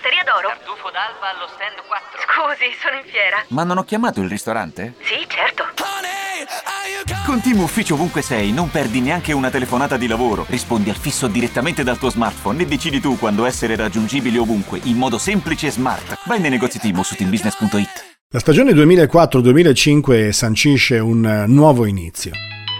Osteria d'Oro. Tartufo d'alba allo stand 4. Scusi, sono in fiera. Ma non ho chiamato il ristorante? Sì, certo. Con Team Ufficio ovunque sei, non perdi neanche una telefonata di lavoro. Rispondi al fisso direttamente dal tuo smartphone e decidi tu quando essere raggiungibile ovunque, in modo semplice e smart. Vai nei negozi Team o su teambusiness.it. La stagione 2004-2005 sancisce un nuovo inizio.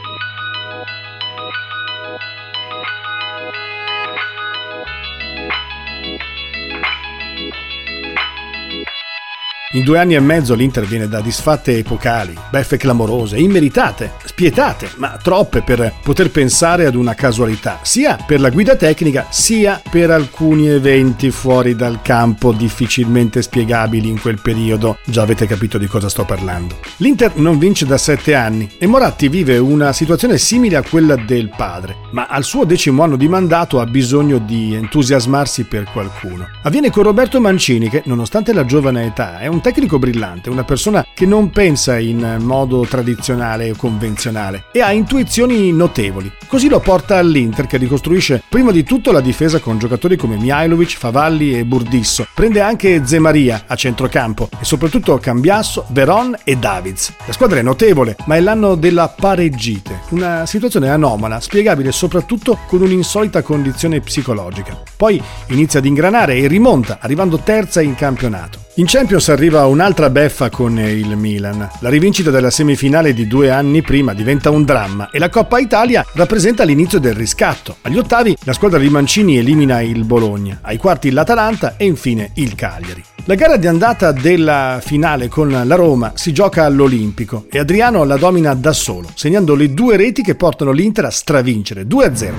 In 2 anni e mezzo l'Inter viene da disfatte epocali, beffe clamorose, immeritate, spietate, ma troppe per poter pensare ad una casualità, sia per la guida tecnica, sia per alcuni eventi fuori dal campo difficilmente spiegabili in quel periodo. Già avete capito di cosa sto parlando. L'Inter non vince da 7 anni e Moratti vive una situazione simile a quella del padre, ma al suo 10° anno di mandato ha bisogno di entusiasmarsi per qualcuno. Avviene con Roberto Mancini che, nonostante la giovane età, è un tecnico brillante, una persona che non pensa in modo tradizionale o convenzionale e ha intuizioni notevoli. Così lo porta all'Inter, che ricostruisce prima di tutto la difesa con giocatori come Mihajlovic, Favalli e Burdisso. Prende anche Zemaria a centrocampo e soprattutto Cambiasso, Veron e Davids. La squadra è notevole, ma è l'anno della pareggite, una situazione anomala, spiegabile soprattutto con un'insolita condizione psicologica. Poi inizia ad ingranare e rimonta, arrivando terza in campionato. In Champions arriva un'altra beffa con il Milan. La rivincita della semifinale di 2 anni prima diventa un dramma e la Coppa Italia rappresenta l'inizio del riscatto. Agli ottavi la squadra di Mancini elimina il Bologna, ai quarti l'Atalanta e infine il Cagliari. La gara di andata della finale con la Roma si gioca all'Olimpico e Adriano la domina da solo, segnando le 2 reti che portano l'Inter a stravincere 2-0.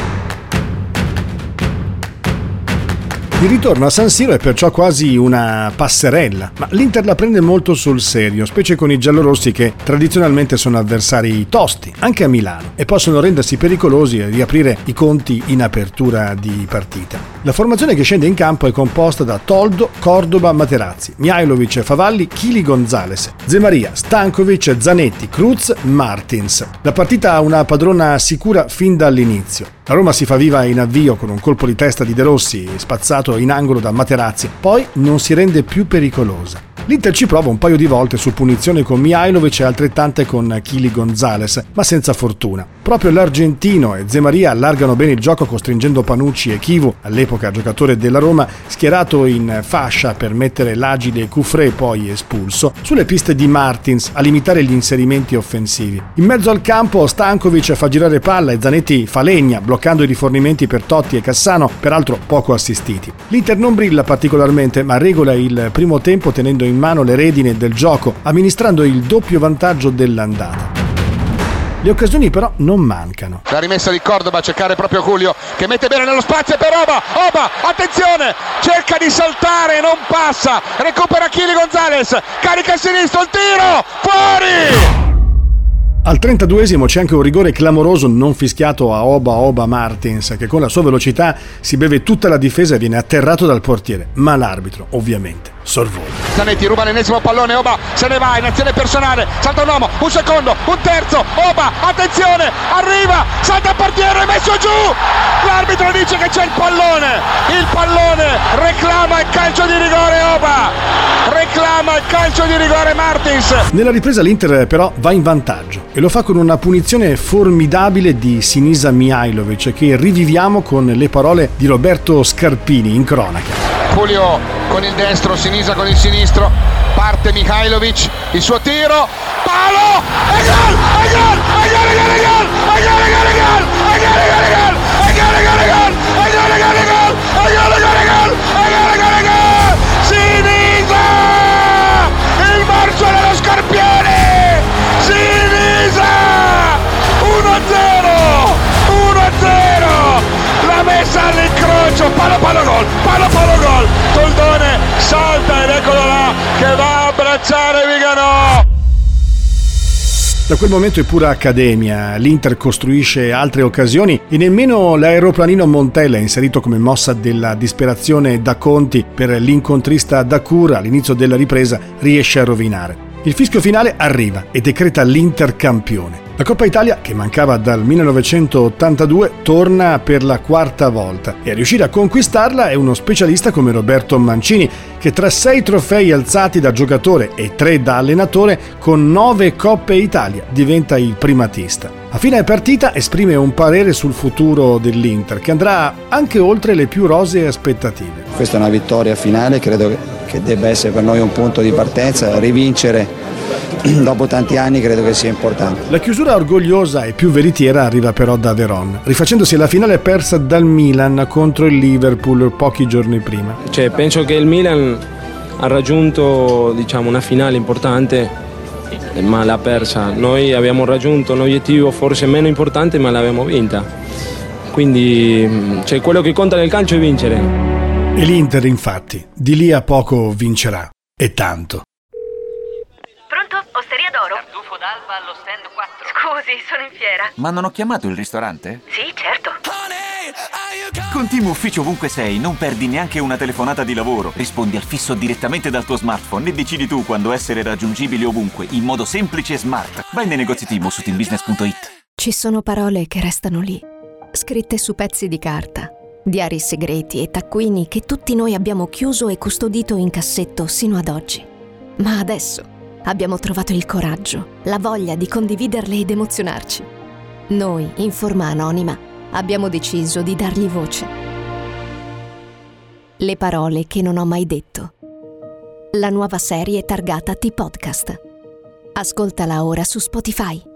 Il ritorno a San Siro è perciò quasi una passerella, ma l'Inter la prende molto sul serio, specie con i giallorossi che tradizionalmente sono avversari tosti, anche a Milano, e possono rendersi pericolosi e riaprire i conti in apertura di partita. La formazione che scende in campo è composta da Toldo, Cordoba, Materazzi, Mihajlovic, Favalli, Chili Gonzalez, Zemaria, Stankovic, Zanetti, Cruz, Martins. La partita ha una padrona sicura fin dall'inizio. La Roma si fa viva in avvio con un colpo di testa di De Rossi spazzato in angolo da Materazzi, poi non si rende più pericolosa. L'Inter ci prova un paio di volte su punizione con Mihajlovic e altrettante con Chili Gonzalez, ma senza fortuna. Proprio l'Argentino e Zemaria allargano bene il gioco costringendo Panucci e Chivu, all'epoca giocatore della Roma, schierato in fascia per mettere l'agile Cufré poi espulso, sulle piste di Martins a limitare gli inserimenti offensivi. In mezzo al campo Stankovic fa girare palla e Zanetti fa legna, bloccando i rifornimenti per Totti e Cassano, peraltro poco assistiti. L'Inter non brilla particolarmente, ma regola il primo tempo tenendo in mano le redine del gioco, amministrando il doppio vantaggio dell'andata. Le occasioni però non mancano. La rimessa di Cordoba a cercare proprio Julio, che mette bene nello spazio per Oba, attenzione, cerca di saltare, non passa, recupera Chili Gonzalez, carica a sinistro, il tiro, fuori! Al 32esimo c'è anche un rigore clamoroso non fischiato a Oba Martins, che con la sua velocità si beve tutta la difesa e viene atterrato dal portiere, ma l'arbitro ovviamente sorvola. Zanetti ruba l'ennesimo pallone, Oba se ne va in azione personale, salta un uomo, un secondo, un terzo, Oba, attenzione, arriva, salta il portiere, messo giù, l'arbitro dice che c'è il pallone reclama il calcio di rigore Oba, reclama il calcio di rigore Martins. Nella ripresa l'Inter però va in vantaggio e lo fa con una punizione formidabile di Sinisa Mihajlovic che riviviamo con le parole di Roberto Scarpini in cronaca. Julio con il destro, Sinisa con il sinistro, parte Mihajlovic, il suo tiro, palo, e gol! Sinisa! Il morso dello Scarpione! Sinisa! 1-0! La messa all'incrocio, palo gol, Toldone salta ed eccolo là che va a abbracciare Viganò. Da quel momento è pura accademia, l'Inter costruisce altre occasioni e nemmeno l'aeroplanino Montella, inserito come mossa della disperazione da Conti per l'incontrista Dacour all'inizio della ripresa, riesce a rovinare. Il fischio finale arriva e decreta l'Inter campione. La Coppa Italia, che mancava dal 1982, torna per la quarta volta e a riuscire a conquistarla è uno specialista come Roberto Mancini, che tra 6 trofei alzati da giocatore e 3 da allenatore, con 9 Coppe Italia diventa il primatista. A fine partita esprime un parere sul futuro dell'Inter, che andrà anche oltre le più rosee aspettative. Questa è una vittoria finale, credo che debba essere per noi un punto di partenza, rivincere dopo tanti anni credo che sia importante. La chiusura orgogliosa e più veritiera arriva però da Veron, rifacendosi alla finale persa dal Milan contro il Liverpool pochi giorni prima. Penso che il Milan ha raggiunto una finale importante, ma l'ha persa. Noi abbiamo raggiunto un obiettivo forse meno importante, ma l'abbiamo vinta. Quindi quello che conta nel calcio è vincere. E l'Inter infatti di lì a poco vincerà, e tanto. Osteria d'oro? Tartufo d'alba allo stand 4. Scusi, sono in fiera. Ma non ho chiamato il ristorante? Sì, certo. Con Team Ufficio ovunque sei non perdi neanche una telefonata di lavoro. Rispondi al fisso direttamente dal tuo smartphone e decidi tu quando essere raggiungibile ovunque, in modo semplice e smart. Vai nei negozi Team o su teambusiness.it. Ci sono parole che restano lì, scritte su pezzi di carta, diari segreti e taccuini che tutti noi abbiamo chiuso e custodito in cassetto sino ad oggi. Ma adesso abbiamo trovato il coraggio, la voglia di condividerle ed emozionarci. Noi, in forma anonima, abbiamo deciso di dargli voce. Le parole che non ho mai detto. La nuova serie targata T-Podcast. Ascoltala ora su Spotify.